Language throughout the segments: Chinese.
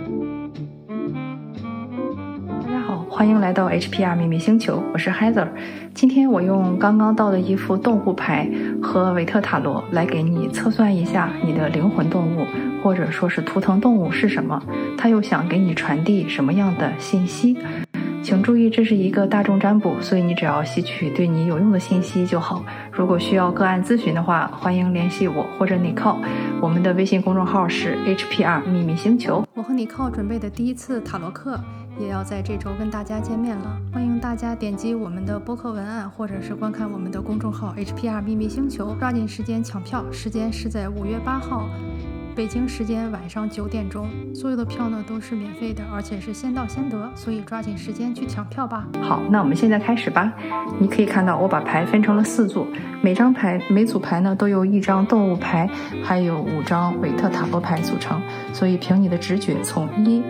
大家好，欢迎来到 HPR 秘密星球，我是 Heather。今天我用刚刚到的一副动物牌和维特塔罗来给你测算一下你的灵魂动物，或者说是图腾动物是什么，它又想给你传递什么样的信息。请注意，这是一个大众占卜，所以你只要吸取对你有用的信息就好。如果需要个案咨询的话，欢迎联系我或者你靠。我们的微信公众号是 HPR 秘密星球。 我和你靠准备的第一次塔罗课也要在这周跟大家见面了，欢迎大家点击我们的播客文案，或者是观看我们的公众号 HPR 秘密星球，抓紧时间抢票，时间是在5月8号。北京时间晚上9点钟，所有的票呢都是免费的，而且是先到先得，所以抓紧时间去抢票吧。 好，那我们现在开始吧。你可以看到我把牌分成了4组，每组牌呢都由1张动物牌，还有5张韦特塔罗牌组成，所以凭你的直觉，从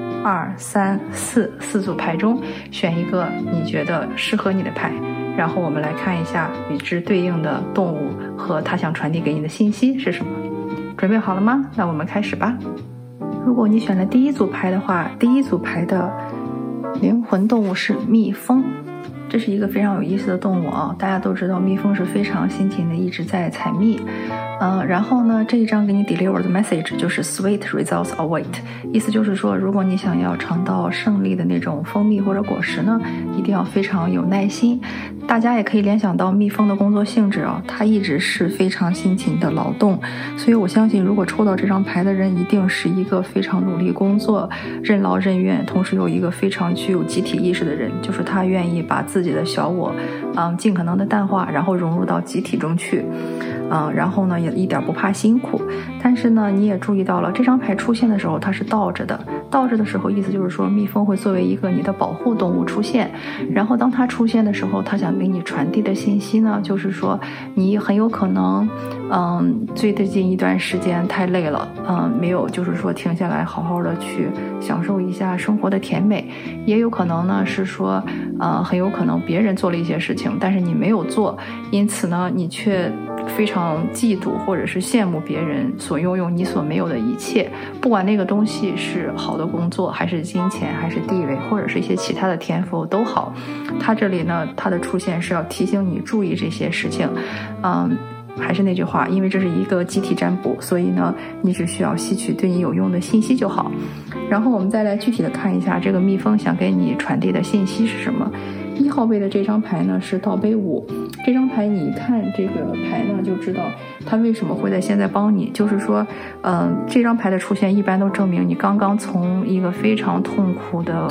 1、2、3、4组牌中选一个你觉得适合你的牌，然后我们来看一下与之对应的动物和它想传递给你的信息是什么。准备好了吗？那我们开始吧。如果你选了第1组牌的话，第1组牌的灵魂动物是蜜蜂，这是一个非常有意思的动物啊！大家都知道蜜蜂是非常辛勤的一直在采蜜，然后呢，这一张给你 deliver 的 message 就是 sweet results await， 意思就是说，如果你想要尝到胜利的那种蜂蜜或者果实呢，一定要非常有耐心。大家也可以联想到蜜蜂的工作性质啊，它一直是非常辛勤的劳动，所以我相信如果抽到这张牌的人一定是一个非常努力工作、任劳任怨，同时有一个非常具有集体意识的人，就是他愿意把自己的小我尽可能的淡化，然后融入到集体中去，然后呢也一点不怕辛苦。但是呢你也注意到了，这张牌出现的时候它是倒着的，倒着的时候意思就是说蜜蜂会作为一个你的保护动物出现，然后当它出现的时候，它想给你传递的信息呢，就是说你很有可能最近一段时间太累了，没有就是说停下来好好的去享受一下生活的甜美，也有可能呢是说很有可能别人做了一些事情，但是你没有做，因此呢你却非常嫉妒或者是羡慕别人所拥有你所没有的一切，不管那个东西是好的工作还是金钱还是地位或者是一些其他的天赋都好，它这里呢它的出现是要提醒你注意这些事情。还是那句话，因为这是一个集体占卜，所以呢你只需要吸取对你有用的信息就好。然后我们再来具体的看一下这个蜜蜂想给你传递的信息是什么。1号位的这张牌呢是倒杯5，这张牌你一看这个牌呢就知道它为什么会在现在帮你，就是说这张牌的出现一般都证明你刚刚从一个非常痛苦的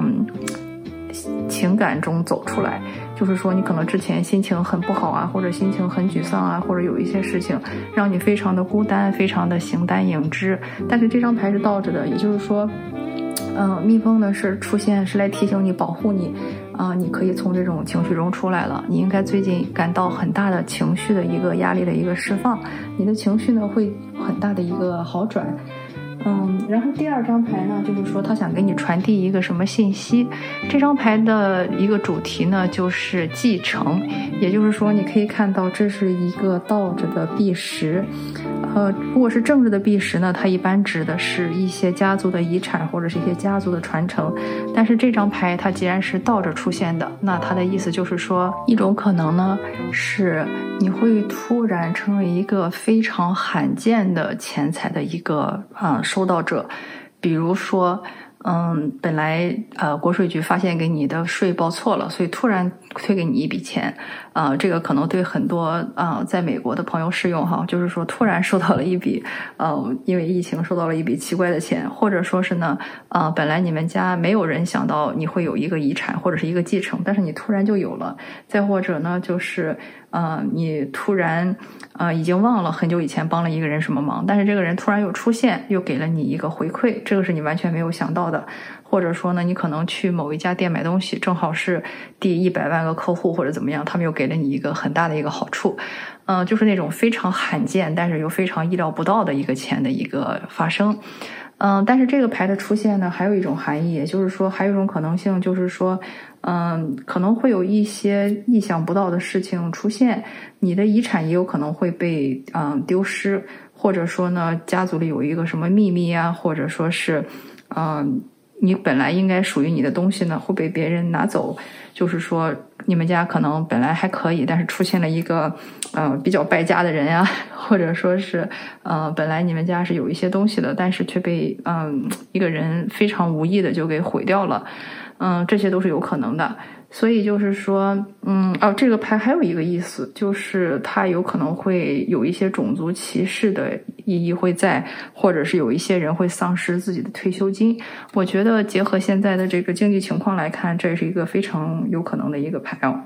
情感中走出来，就是说你可能之前心情很不好啊，或者心情很沮丧啊，或者有一些事情让你非常的孤单，非常的形单影只，但是这张牌是倒着的，也就是说蜜蜂呢是出现是来提醒你保护你你可以从这种情绪中出来了，你应该最近感到很大的情绪的一个压力的一个释放，你的情绪呢会很大的一个好转。然后第2张牌呢，就是说他想给你传递一个什么信息。这张牌的一个主题呢，就是继承，也就是说，你可以看到这是一个倒着的碧石。如果是正着的碧石呢，它一般指的是一些家族的遗产或者是一些家族的传承。但是这张牌它既然是倒着出现的，那它的意思就是说，一种可能呢是你会突然成为一个非常罕见的钱财的一个收到者，比如说本来国税局发现给你的税报错了，所以突然退给你一笔钱，这个可能对很多在美国的朋友适用哈，就是说突然收到了一笔因为疫情收到了一笔奇怪的钱，或者说是呢本来你们家没有人想到你会有一个遗产或者是一个继承，但是你突然就有了，再或者呢就是你突然已经忘了很久以前帮了一个人什么忙，但是这个人突然又出现，又给了你一个回馈，这个是你完全没有想到的。或者说呢，你可能去某一家店买东西，正好是第100万个客户或者怎么样，他们又给了你一个很大的一个好处，就是那种非常罕见但是又非常意料不到的一个钱的一个发生。但是这个牌的出现呢，还有一种含义，也就是说还有一种可能性，就是说可能会有一些意想不到的事情出现，你的遗产也有可能会被丢失， 或者说呢家族里有一个什么秘密啊，或者说是你本来应该属于你的东西呢会被别人拿走，就是说你们家可能本来还可以，但是出现了一个比较败家的人呀，或者说是本来你们家是有一些东西的，但是却被一个人非常无意的就给毁掉了，这些都是有可能的。所以就是说这个牌还有一个意思，就是它有可能会有一些种族歧视的意义会在，或者是有一些人会丧失自己的退休金。我觉得结合现在的这个经济情况来看，这是一个非常有可能的一个牌哦。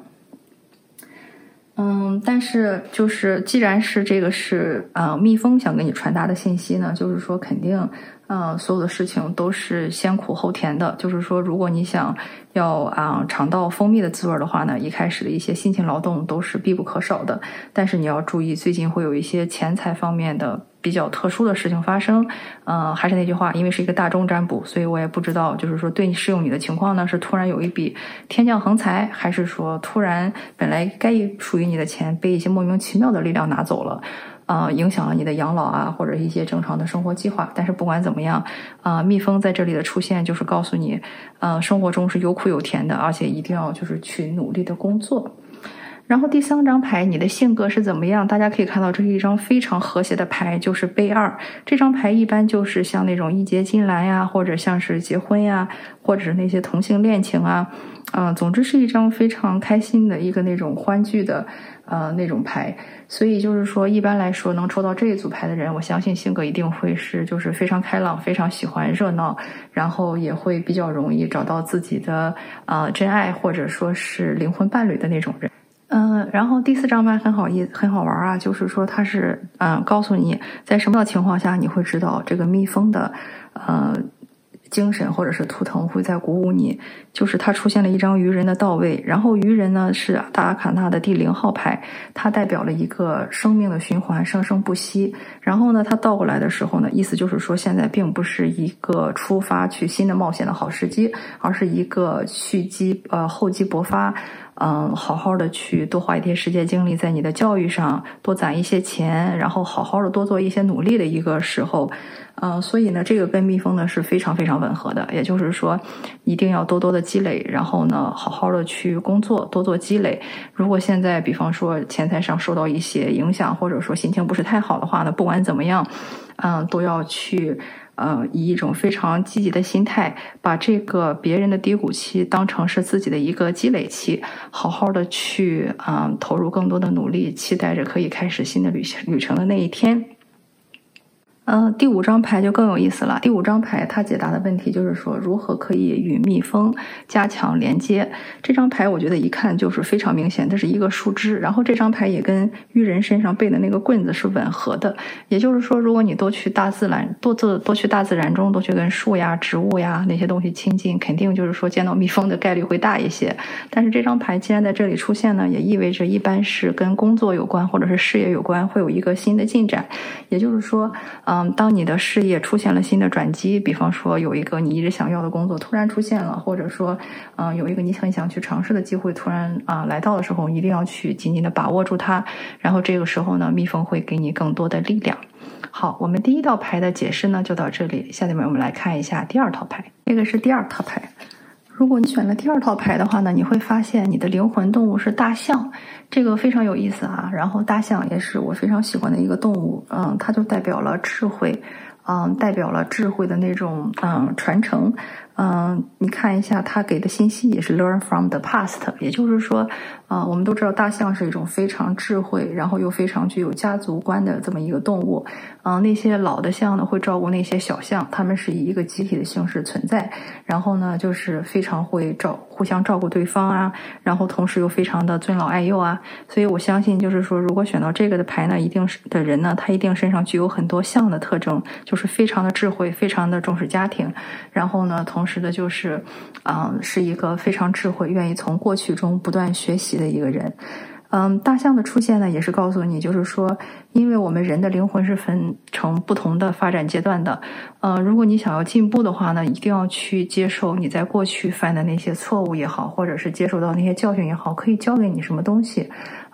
但是就是既然是这个是蜜蜂想给你传达的信息呢，就是说肯定所有的事情都是先苦后甜的，就是说如果你想要尝到蜂蜜的滋味的话呢，一开始的一些辛勤劳动都是必不可少的，但是你要注意最近会有一些钱财方面的比较特殊的事情发生。还是那句话，因为是一个大众占卜，所以我也不知道就是说对你适用你的情况呢，是突然有一笔天降横财，还是说突然本来该属于你的钱被一些莫名其妙的力量拿走了，影响了你的养老啊，或者一些正常的生活计划。但是不管怎么样，蜜蜂在这里的出现就是告诉你，生活中是有苦有甜的，而且一定要就是去努力的工作。然后第3张牌，你的性格是怎么样？大家可以看到，这是一张非常和谐的牌，就是杯2。这张牌一般就是像那种义结金兰呀，或者像是结婚呀，或者是那些同性恋情啊，总之是一张非常开心的一个那种欢聚的那种牌。所以就是说，一般来说能抽到这一组牌的人，我相信性格一定会是就是非常开朗，非常喜欢热闹，然后也会比较容易找到自己的真爱，或者说是灵魂伴侣的那种人。然后第4张牌很好玩啊，就是说它是告诉你在什么样的情况下你会知道这个蜜蜂的精神或者是图腾会在鼓舞你，就是它出现了一张愚人的倒位，然后愚人呢是大阿卡纳的第0号牌，它代表了一个生命的循环，生生不息。然后呢它倒过来的时候呢，意思就是说现在并不是一个出发去新的冒险的好时机，而是一个厚积薄发，好好的去多花一些时间精力在你的教育上，多攒一些钱，然后好好的多做一些努力的一个时候。所以呢这个跟蜜蜂呢是非常非常吻合的，也就是说一定要多多的积累，然后呢好好的去工作，多做积累。如果现在比方说钱财上受到一些影响，或者说心情不是太好的话呢，不管怎么样都要去以一种非常积极的心态，把这个别人的低谷期当成是自己的一个积累期，好好的去投入更多的努力，期待着可以开始新的旅程的那一天。第5张牌就更有意思了。第5张牌它解答的问题就是说如何可以与蜜蜂加强连接。这张牌我觉得一看就是非常明显，这是一个树枝，然后这张牌也跟愚人身上背的那个棍子是吻合的。也就是说如果你多去大自然中，多去跟树呀植物呀那些东西亲近，肯定就是说见到蜜蜂的概率会大一些。但是这张牌既然在这里出现呢，也意味着一般是跟工作有关或者是事业有关，会有一个新的进展。也就是说当你的事业出现了新的转机，比方说有一个你一直想要的工作突然出现了，或者说有一个你很想去尝试的机会突然来到的时候，一定要去紧紧的把握住它，然后这个时候呢蜜蜂会给你更多的力量。好，我们第1道牌的解释呢就到这里，下面我们来看一下第2套牌。这个是第2套牌。如果你选了第2套牌的话呢，你会发现你的灵魂动物是大象，这个非常有意思啊。然后大象也是我非常喜欢的一个动物，它就代表了智慧，代表了智慧的那种传承。你看一下它给的信息也是 learn from the past， 也就是说我们都知道大象是一种非常智慧，然后又非常具有家族观的这么一个动物。那些老的象呢会照顾那些小象，它们是以一个集体的形式存在，然后呢就是非常会互相照顾对方啊，然后同时又非常的尊老爱幼啊。所以我相信就是说如果选到这个的牌呢，一定是的人呢，他一定身上具有很多象的特征，就是非常的智慧，非常的重视家庭，然后呢同时的就是是一个非常智慧，愿意从过去中不断学习的一个人。大象的出现呢，也是告诉你，就是说，因为我们人的灵魂是分成不同的发展阶段的。如果你想要进步的话呢，一定要去接受你在过去犯的那些错误也好，或者是接受到那些教训也好，可以教给你什么东西。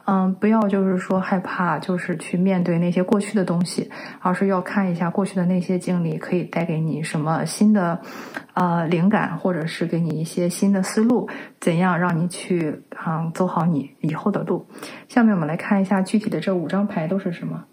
不要就是说害怕，就是去面对那些过去的东西，而是要看一下过去的那些经历可以带给你什么新的灵感，或者是给你一些新的思路，怎样让你去走好你以后的路。下面我们来看一下具体的这5张牌都是什么。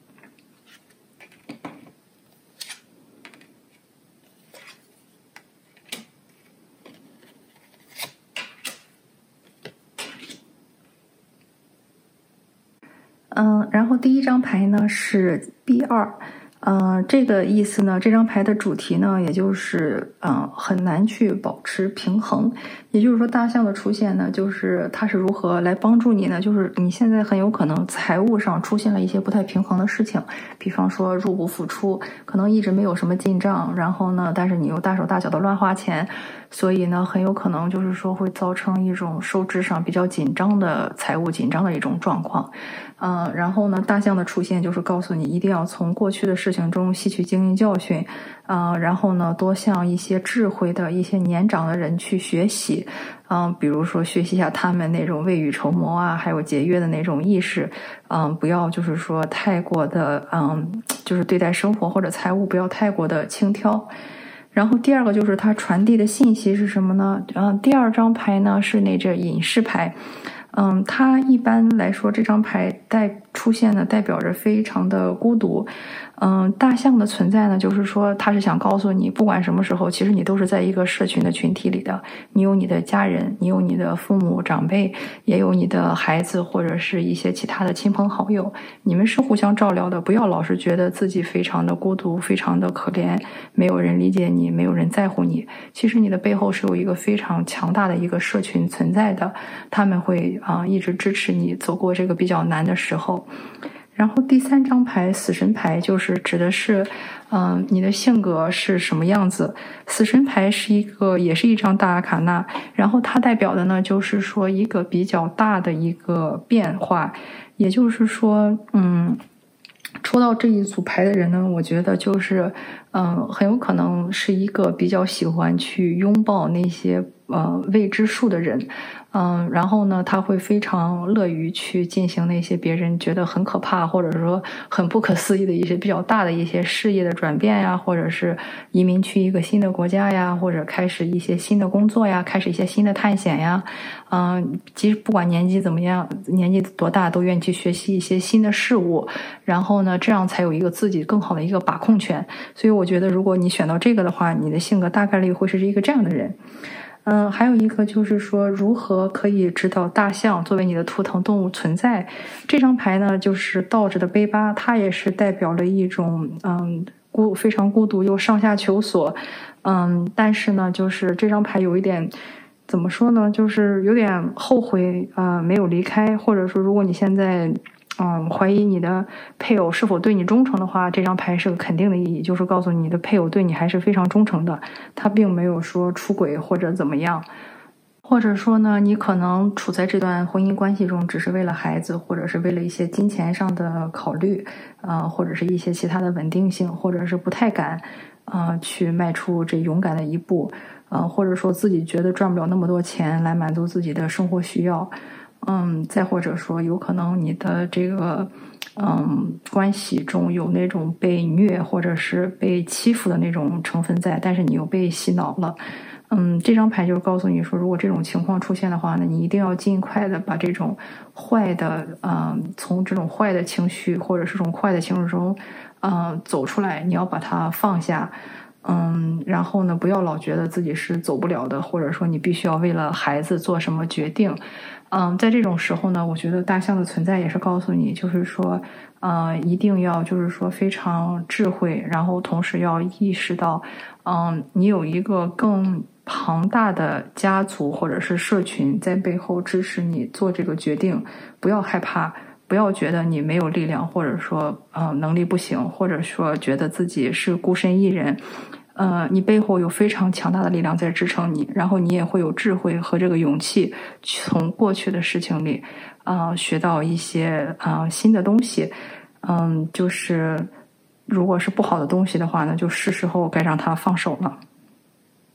然后第1张牌呢是 B2，这个意思呢，这张牌的主题呢，也就是很难去保持平衡。也就是说，大象的出现呢，就是它是如何来帮助你呢？就是你现在很有可能财务上出现了一些不太平衡的事情，比方说入不敷出，可能一直没有什么进账，然后呢，但是你又大手大脚的乱花钱，所以呢，很有可能就是说会造成一种收支上比较紧张的财务紧张的一种状况。然后呢，大象的出现就是告诉你一定要从过去的事情中吸取经验教训，然后呢，多向一些智慧的一些年长的人去学习，比如说学习一下他们那种未雨绸缪啊，还有节约的那种意识，不要就是说太过的，就是对待生活或者财务不要太过的轻佻。然后第2个就是它传递的信息是什么呢？第2张牌呢是那只隐士牌。它一般来说这张牌出现呢代表着非常的孤独。大象的存在呢，就是说它是想告诉你，不管什么时候，其实你都是在一个社群的群体里的。你有你的家人，你有你的父母长辈，也有你的孩子或者是一些其他的亲朋好友，你们是互相照料的。不要老是觉得自己非常的孤独，非常的可怜，没有人理解你，没有人在乎你。其实你的背后是有一个非常强大的一个社群存在的，他们会一直支持你走过这个比较难的时候。然后第3张牌死神牌就是指的是你的性格是什么样子。死神牌也是一张大阿卡纳，然后它代表的呢就是说一个比较大的一个变化。也就是说抽到这一组牌的人呢，我觉得就是很有可能是一个比较喜欢去拥抱那些未知数的人。然后呢，他会非常乐于去进行那些别人觉得很可怕或者说很不可思议的一些比较大的一些事业的转变呀，或者是移民去一个新的国家呀，或者开始一些新的工作呀，开始一些新的探险呀。其实不管年纪怎么样，年纪多大，都愿意去学习一些新的事物，然后呢，这样才有一个自己更好的一个把控权。所以我觉得如果你选到这个的话，你的性格大概率会是一个这样的人。还有一个就是说，如何可以知道大象作为你的图腾动物存在。这张牌呢，就是倒着的杯巴，它也是代表了一种非常孤独又上下求索。但是呢，就是这张牌有一点怎么说呢，就是有点后悔没有离开，或者说如果你现在怀疑你的配偶是否对你忠诚的话，这张牌是个肯定的意义，就是告诉你的配偶对你还是非常忠诚的，他并没有说出轨或者怎么样。或者说呢，你可能处在这段婚姻关系中只是为了孩子，或者是为了一些金钱上的考虑，或者是一些其他的稳定性，或者是不太敢去迈出这勇敢的一步，或者说自己觉得赚不了那么多钱来满足自己的生活需要。再或者说有可能你的这个关系中有那种被虐或者是被欺负的那种成分在，但是你又被洗脑了。这张牌就是告诉你说，如果这种情况出现的话呢，你一定要尽快的把这种坏的从这种坏的情绪或者是这种坏的情绪中走出来，你要把它放下。然后呢，不要老觉得自己是走不了的，或者说你必须要为了孩子做什么决定。在这种时候呢，我觉得大象的存在也是告诉你，就是说一定要就是说非常智慧，然后同时要意识到你有一个更庞大的家族或者是社群在背后支持你做这个决定。不要害怕，不要觉得你没有力量，或者说能力不行，或者说觉得自己是孤身一人。你背后有非常强大的力量在支撑你，然后你也会有智慧和这个勇气，从过去的事情里学到一些新的东西。就是如果是不好的东西的话呢，就是时候该让它放手了。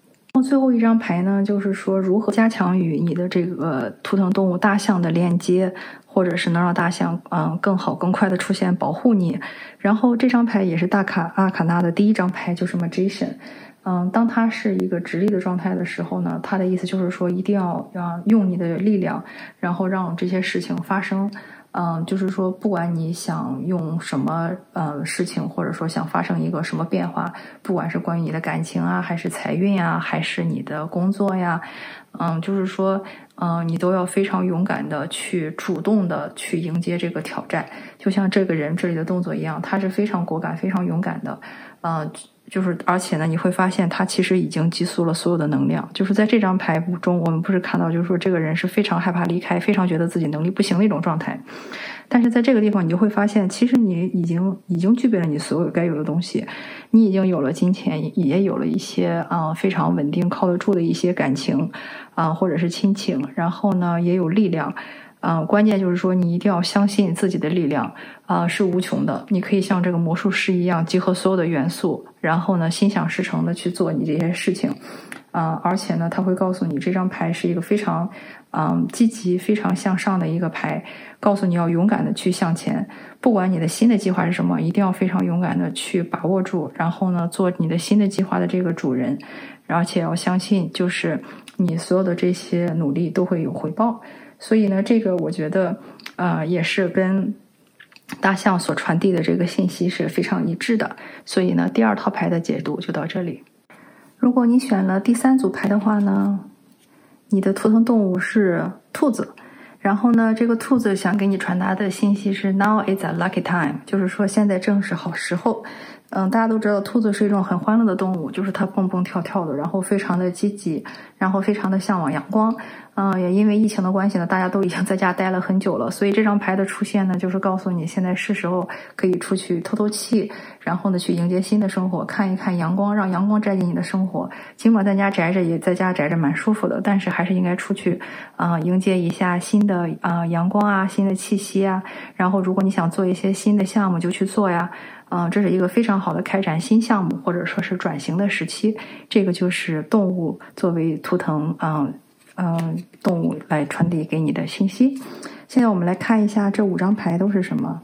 最后一张牌呢，就是说如何加强与你的这个图腾动物大象的连接，或者是能让大象更好更快的出现保护你。然后这张牌也是阿卡纳的第一张牌，就是 Magician。当它是一个直立的状态的时候呢，它的意思就是说一定要用你的力量，然后让这些事情发生。就是说不管你想用什么事情，或者说想发生一个什么变化，不管是关于你的感情啊，还是财运啊，还是你的工作呀，就是说你都要非常勇敢的去主动的去迎接这个挑战。就像这个人这里的动作一样，他是非常果敢非常勇敢的。就是而且呢，你会发现他其实已经激素了所有的能量。就是在这张牌中，我们不是看到就是说这个人是非常害怕离开，非常觉得自己能力不行的一种状态。但是在这个地方你就会发现，其实你已经具备了你所有该有的东西。你已经有了金钱，也有了一些非常稳定靠得住的一些感情或者是亲情，然后呢也有力量。关键就是说你一定要相信自己的力量是无穷的。你可以像这个魔术师一样集合所有的元素，然后呢心想事成的去做你这些事情。而且呢他会告诉你这张牌是一个非常积极非常向上的一个牌，告诉你要勇敢的去向前。不管你的新的计划是什么，一定要非常勇敢的去把握住，然后呢做你的新的计划的这个主人。而且要相信就是你所有的这些努力都会有回报。所以呢这个我觉得也是跟大象所传递的这个信息是非常一致的。所以呢第二套牌的解读就到这里。如果你选了第三组牌的话呢，你的图腾动物是兔子。然后呢这个兔子想给你传达的信息是 Now is a lucky time， 就是说现在正是好时候。大家都知道兔子是一种很欢乐的动物，就是它蹦蹦跳跳的，然后非常的积极，然后非常的向往阳光。也因为疫情的关系呢，大家都已经在家待了很久了，所以这张牌的出现呢，就是告诉你现在是时候可以出去透透气，然后呢去迎接新的生活，看一看阳光，让阳光摘进你的生活。尽管在家宅着蛮舒服的，但是还是应该出去迎接一下新的阳光啊，新的气息啊。然后如果你想做一些新的项目就去做呀。这是一个非常好的开展新项目或者说是转型的时期。这个就是动物作为图腾动物来传递给你的信息。现在我们来看一下这5张牌都是什么。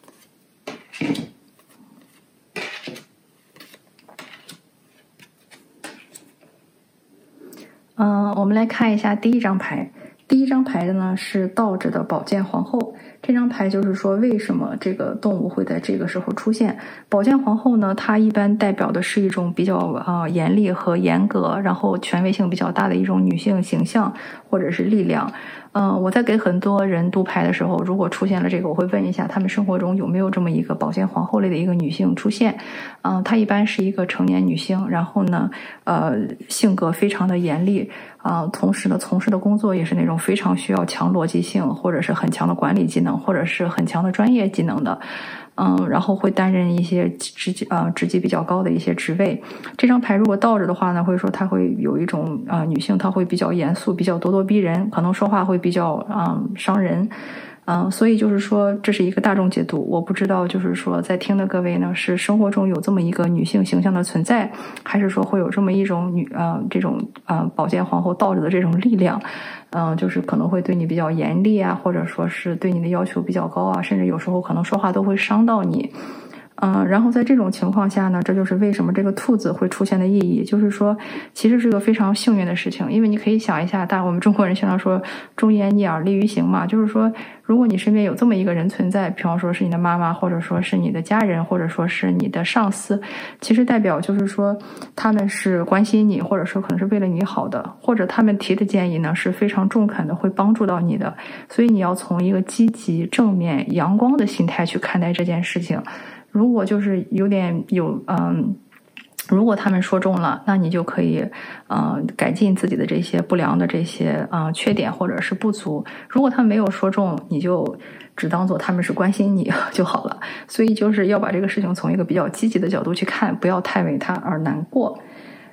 我们来看一下第一张牌。第一张牌的呢是倒着的宝剑皇后。这张牌就是说为什么这个动物会在这个时候出现。宝剑皇后呢，它一般代表的是一种比较严厉和严格，然后权威性比较大的一种女性形象或者是力量。我在给很多人读牌的时候，如果出现了这个，我会问一下他们生活中有没有这么一个宝剑皇后类的一个女性出现。她一般是一个成年女性，然后呢性格非常的严厉，同时呢从事的工作也是那种非常需要强逻辑性或者是很强的管理技能或者是很强的专业技能的。然后会担任一些职级比较高的一些职位。这张牌如果倒着的话呢，会说她会有一种女性，她会比较严肃，比较咄咄逼人，可能说话会比较伤人。所以就是说这是一个大众解读。我不知道就是说在听的各位呢，是生活中有这么一个女性形象的存在，还是说会有这么一种这种宝剑皇后倒着的这种力量。就是可能会对你比较严厉啊，或者说是对你的要求比较高啊，甚至有时候可能说话都会伤到你。然后在这种情况下呢，这就是为什么这个兔子会出现的意义，就是说其实是个非常幸运的事情。因为你可以想一下，我们中国人经常说忠言逆耳利于行嘛，就是说如果你身边有这么一个人存在，比方说是你的妈妈，或者说是你的家人，或者说是你的上司，其实代表就是说他们是关心你，或者说可能是为了你好的，或者他们提的建议呢是非常中肯的，会帮助到你的。所以你要从一个积极正面阳光的心态去看待这件事情。如果就是有点如果他们说中了，那你就可以改进自己的这些不良的这些缺点或者是不足。如果他们没有说中，你就只当做他们是关心你就好了。所以就是要把这个事情从一个比较积极的角度去看，不要太为他而难过。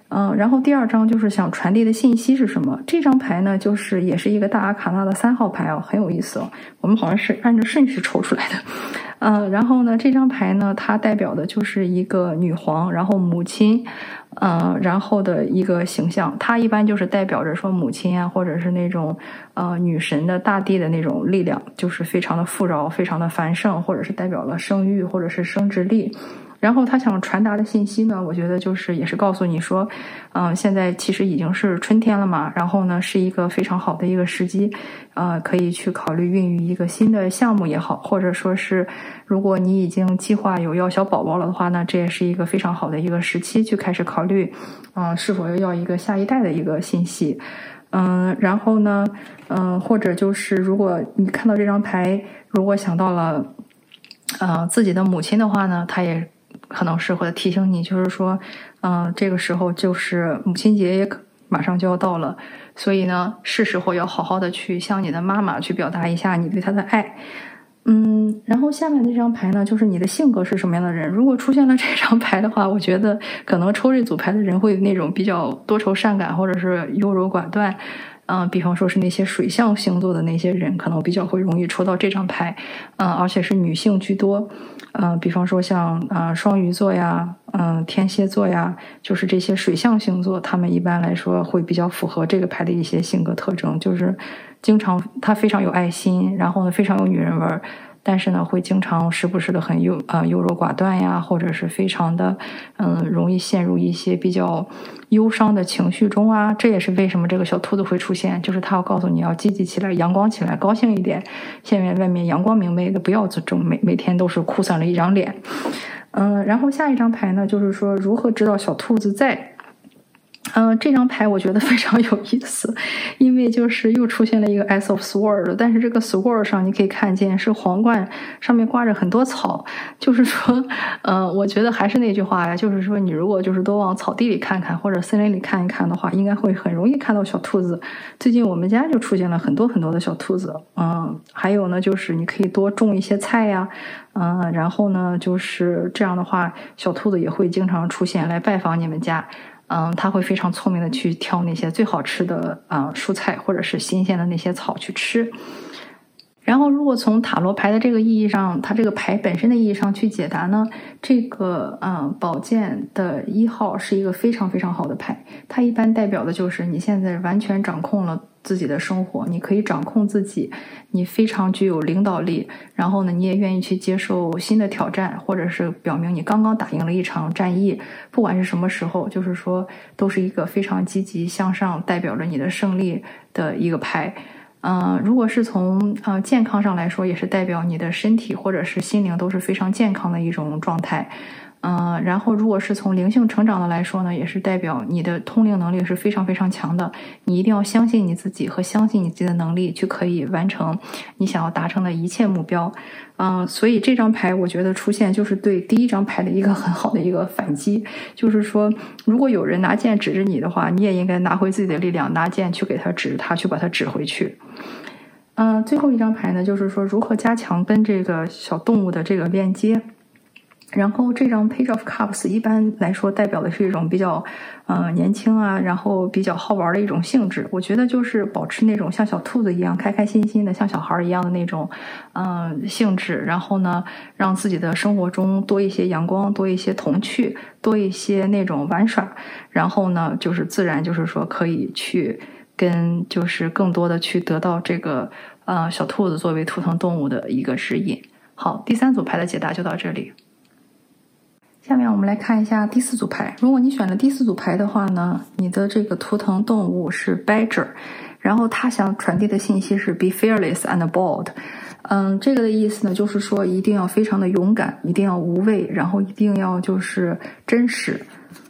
然后第2张就是想传递的信息是什么？这张牌呢，就是也是一个大阿卡纳的3号牌很有意思我们好像是按照顺序抽出来的。然后呢，这张牌呢，它代表的就是一个女皇，然后母亲，然后的一个形象。它一般就是代表着说母亲啊，或者是那种女神的大地的那种力量，就是非常的富饶，非常的繁盛，或者是代表了生育或者是生殖力。然后他想传达的信息呢，我觉得就是也是告诉你说，现在其实已经是春天了嘛，然后呢是一个非常好的一个时机，可以去考虑孕育一个新的项目也好，或者说是如果你已经计划有要小宝宝了的话呢，这也是一个非常好的一个时期去开始考虑，是否要一个下一代的一个信息。然后呢，或者就是如果你看到这张牌，如果想到了自己的母亲的话呢，他也可能是会提醒你，就是说这个时候就是母亲节也马上就要到了，所以呢是时候要好好的去向你的妈妈去表达一下你对她的爱。然后下面这张牌呢，就是你的性格是什么样的人。如果出现了这张牌的话，我觉得可能抽这组牌的人会那种比较多愁善感，或者是优柔寡断。比方说是那些水象星座的那些人，可能比较会容易抽到这张牌。而且是女性居多。比方说像双鱼座呀，天蝎座呀，就是这些水象星座，他们一般来说会比较符合这个牌的一些性格特征，就是经常他非常有爱心，然后呢非常有女人味，但是呢会经常时不时的很优柔寡断呀，或者是非常的容易陷入一些比较忧伤的情绪中啊。这也是为什么这个小兔子会出现，就是他要告诉你要积极起来，阳光起来，高兴一点。现在外面阳光明媚的，不要每天都是哭丧了一张脸。然后下一张牌呢，就是说如何知道小兔子在。这张牌我觉得非常有意思，因为就是又出现了一个 Ace of Sword， 但是这个 Sword 上你可以看见是皇冠，上面挂着很多草，就是说我觉得还是那句话呀，就是说你如果就是多往草地里看看或者森林里看一看的话，应该会很容易看到小兔子。最近我们家就出现了很多很多的小兔子。还有呢就是你可以多种一些菜呀，然后呢就是这样的话，小兔子也会经常出现来拜访你们家。他会非常聪明的去挑那些最好吃的蔬菜或者是新鲜的那些草去吃。然后如果从塔罗牌的这个意义上，它这个牌本身的意义上去解答呢，这个宝剑的1号是一个非常非常好的牌，它一般代表的就是你现在完全掌控了自己的生活，你可以掌控自己，你非常具有领导力，然后呢你也愿意去接受新的挑战，或者是表明你刚刚打赢了一场战役，不管是什么时候，就是说都是一个非常积极向上，代表着你的胜利的一个牌。如果是从健康上来说，也是代表你的身体或者是心灵都是非常健康的一种状态。然后如果是从灵性成长的来说呢，也是代表你的通灵能力是非常非常强的，你一定要相信你自己和相信你自己的能力，去可以完成你想要达成的一切目标。所以这张牌我觉得出现就是对第1张牌的一个很好的一个反击，就是说如果有人拿剑指着你的话，你也应该拿回自己的力量，拿剑去给他指他，去把他指回去。最后一张牌呢，就是说如何加强跟这个小动物的这个链接。然后这张 Page of Cups 一般来说代表的是一种比较年轻啊，然后比较好玩的一种性质。我觉得就是保持那种像小兔子一样开开心心的，像小孩一样的那种性质，然后呢让自己的生活中多一些阳光，多一些童趣，多一些那种玩耍，然后呢就是自然就是说可以去跟就是更多的去得到这个小兔子作为图腾动物的一个指引。好，第3组牌的解答就到这里。下面我们来看一下第4组牌。如果你选了第4组牌的话呢，你的这个图腾动物是 Badger， 然后他想传递的信息是 Be fearless and bold。这个的意思呢，就是说一定要非常的勇敢，一定要无畏，然后一定要就是真实。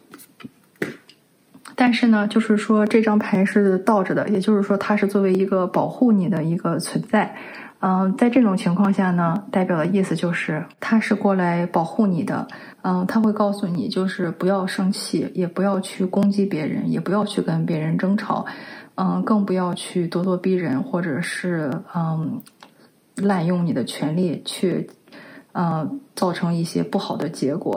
但是呢，就是说这张牌是倒着的，也就是说它是作为一个保护你的一个存在。在这种情况下呢，代表的意思就是他是过来保护你的。他会告诉你就是不要生气，也不要去攻击别人，也不要去跟别人争吵，更不要去咄咄逼人，或者是滥用你的权利去造成一些不好的结果。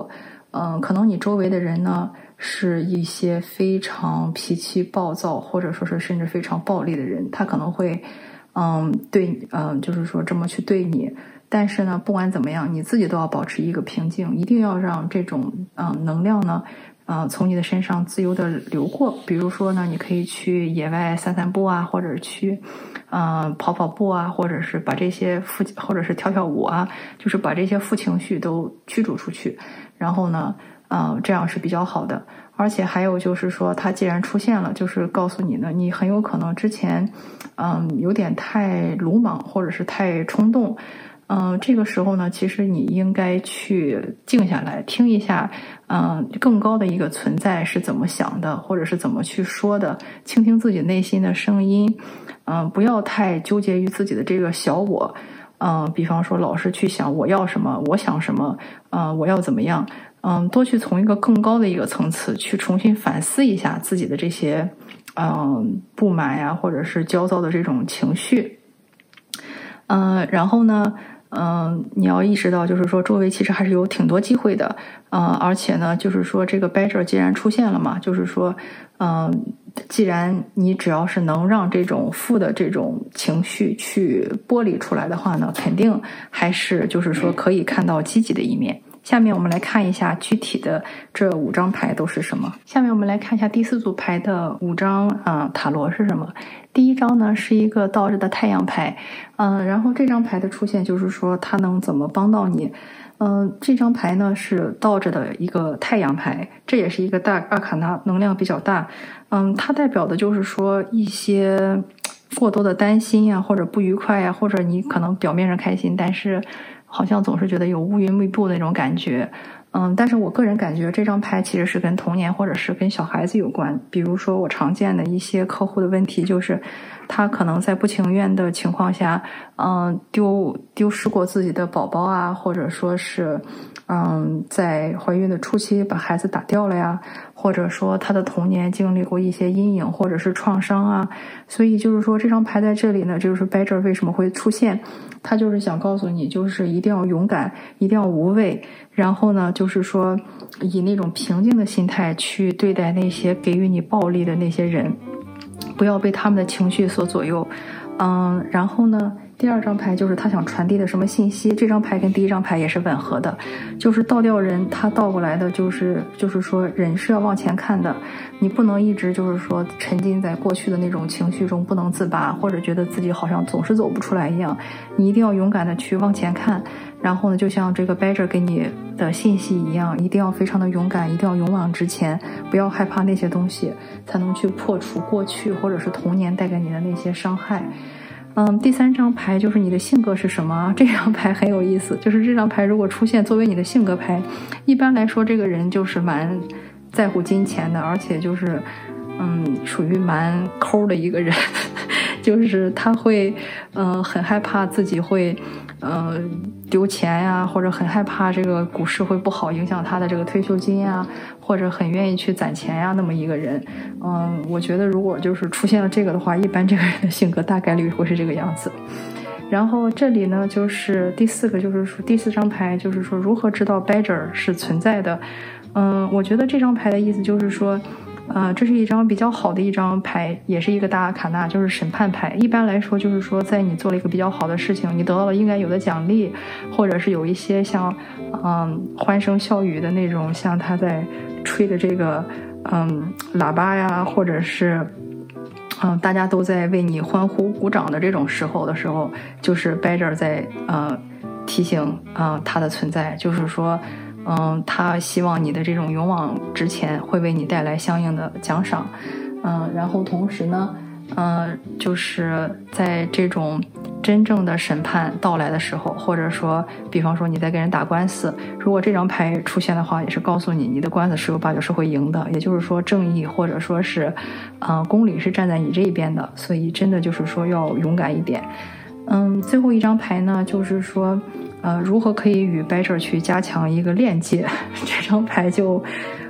可能你周围的人呢是一些非常脾气暴躁，或者说是甚至非常暴力的人，他可能会就是说这么去对你。但是呢，不管怎么样，你自己都要保持一个平静，一定要让这种能量呢从你的身上自由的流过。比如说呢，你可以去野外散散步啊，或者去跑跑步啊，或者是把这些或者是跳跳舞啊，就是把这些负情绪都驱逐出去。然后呢这样是比较好的。而且还有就是说，它既然出现了，就是告诉你呢，你很有可能之前有点太鲁莽，或者是太冲动。这个时候呢，其实你应该去静下来听一下更高的一个存在是怎么想的，或者是怎么去说的，倾听自己内心的声音。不要太纠结于自己的这个小我。比方说老是去想我要什么，我想什么，我要怎么样。多去从一个更高的一个层次去重新反思一下自己的这些不满呀，或者是焦躁的这种情绪。然后呢你要意识到就是说周围其实还是有挺多机会的。而且呢就是说这个 Badger 既然出现了嘛，就是说既然你只要是能让这种负的这种情绪去剥离出来的话呢，肯定还是就是说可以看到积极的一面。下面我们来看一下具体的这5张牌都是什么。下面我们来看一下第4组牌的5张塔罗是什么。第一张呢是一个倒着的太阳牌。然后这张牌的出现就是说它能怎么帮到你。这张牌呢是倒着的一个太阳牌，这也是一个大阿卡纳，能量比较大。它代表的就是说一些过多的担心呀，或者不愉快呀，或者你可能表面上开心，但是好像总是觉得有乌云密布的那种感觉。但是我个人感觉这张牌其实是跟童年或者是跟小孩子有关。比如说我常见的一些客户的问题就是他可能在不情愿的情况下丢失过自己的宝宝啊，或者说是在怀孕的初期把孩子打掉了呀，或者说他的童年经历过一些阴影或者是创伤啊。所以就是说这张牌在这里呢，就是 Badger 为什么会出现，他就是想告诉你，就是一定要勇敢，一定要无畏，然后呢就是说以那种平静的心态去对待那些给予你暴力的那些人，不要被他们的情绪所左右。然后呢第2张牌就是他想传递的什么信息，这张牌跟第1张牌也是吻合的，就是倒吊人，他倒过来的就是说人是要往前看的，你不能一直就是说沉浸在过去的那种情绪中不能自拔，或者觉得自己好像总是走不出来一样，你一定要勇敢的去往前看。然后呢就像这个 Badger 给你的信息一样，一定要非常的勇敢，一定要勇往直前，不要害怕那些东西，才能去破除过去或者是童年带给你的那些伤害。第3张牌就是你的性格是什么。这张牌很有意思，就是这张牌如果出现作为你的性格牌，一般来说这个人就是蛮在乎金钱的，而且就是属于蛮抠的一个人就是他会很害怕自己会丢钱呀，或者很害怕这个股市会不好影响他的这个退休金呀，或者很愿意去攒钱呀，那么一个人。我觉得如果就是出现了这个的话，一般这个人的性格大概率会是这个样子。然后这里呢就是第4个，就是说第4张牌就是说如何知道 Badger 是存在的。我觉得这张牌的意思就是说这是一张比较好的一张牌，也是一个大阿卡纳，就是审判牌。一般来说就是说在你做了一个比较好的事情，你得到了应该有的奖励，或者是有一些像欢声笑语的那种，像他在吹的这个喇叭呀，或者是大家都在为你欢呼鼓掌的这种时候，就是 Badger 在提醒他的存在，就是说他希望你的这种勇往直前会为你带来相应的奖赏。然后同时呢就是在这种真正的审判到来的时候，或者说比方说你在跟人打官司，如果这张牌出现的话，也是告诉你你的官司十有八九是会赢的，也就是说正义或者说是公理是站在你这一边的，所以真的就是说要勇敢一点。最后一张牌呢就是说如何可以与 Badger 去加强一个链接。这张牌就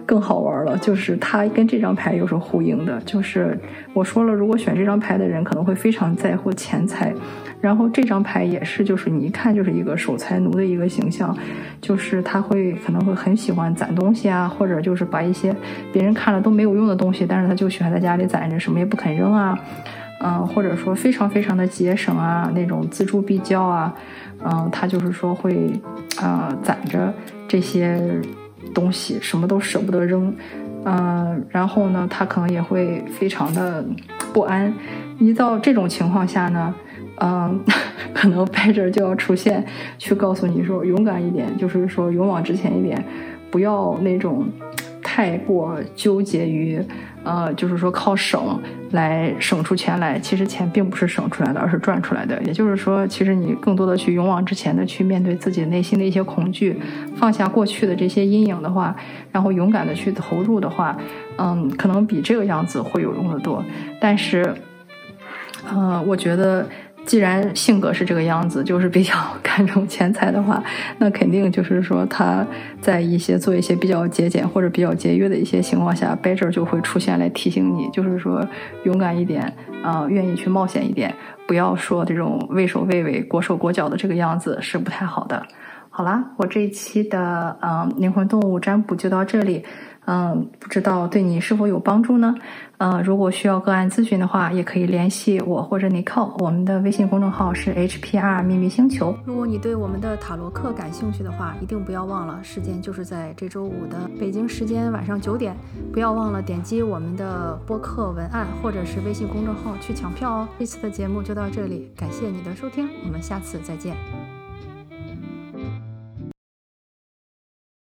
更好玩了，就是它跟这张牌又是呼应的。就是我说了，如果选这张牌的人可能会非常在乎钱财，然后这张牌也是，就是你一看就是一个守财奴的一个形象，就是他可能会很喜欢攒东西啊，或者就是把一些别人看了都没有用的东西，但是他就喜欢在家里攒着，什么也不肯扔啊，或者说非常非常的节省啊，那种锱铢必较啊，他就是说会攒着这些东西，什么都舍不得扔，然后呢，他可能也会非常的不安。一到这种情况下呢，可能白纸就要出现，去告诉你说勇敢一点，就是说勇往直前一点，不要那种太过纠结于就是说靠省来省出钱来，其实钱并不是省出来的，而是赚出来的。也就是说，其实你更多的去勇往直前的去面对自己内心的一些恐惧，放下过去的这些阴影的话，然后勇敢的去投入的话，可能比这个样子会有用的多。但是我觉得既然性格是这个样子，就是比较看重钱财的话，那肯定就是说他在做一些比较节俭或者比较节约的一些情况下，白纸就会出现来提醒你，就是说勇敢一点，愿意去冒险一点，不要说这种畏首畏尾、裹手裹脚的这个样子是不太好的。好啦，我这一期的灵魂动物占卜就到这里。不知道对你是否有帮助呢？如果需要个案咨询的话，也可以联系我或者Nicole，我们的微信公众号是 HPR 秘密星球。 如果你对我们的塔罗课感兴趣的话，一定不要忘了，时间就是在这周五的北京时间晚上9点，不要忘了点击我们的播客文案或者是微信公众号去抢票哦。这次的节目就到这里，感谢你的收听，我们下次再见。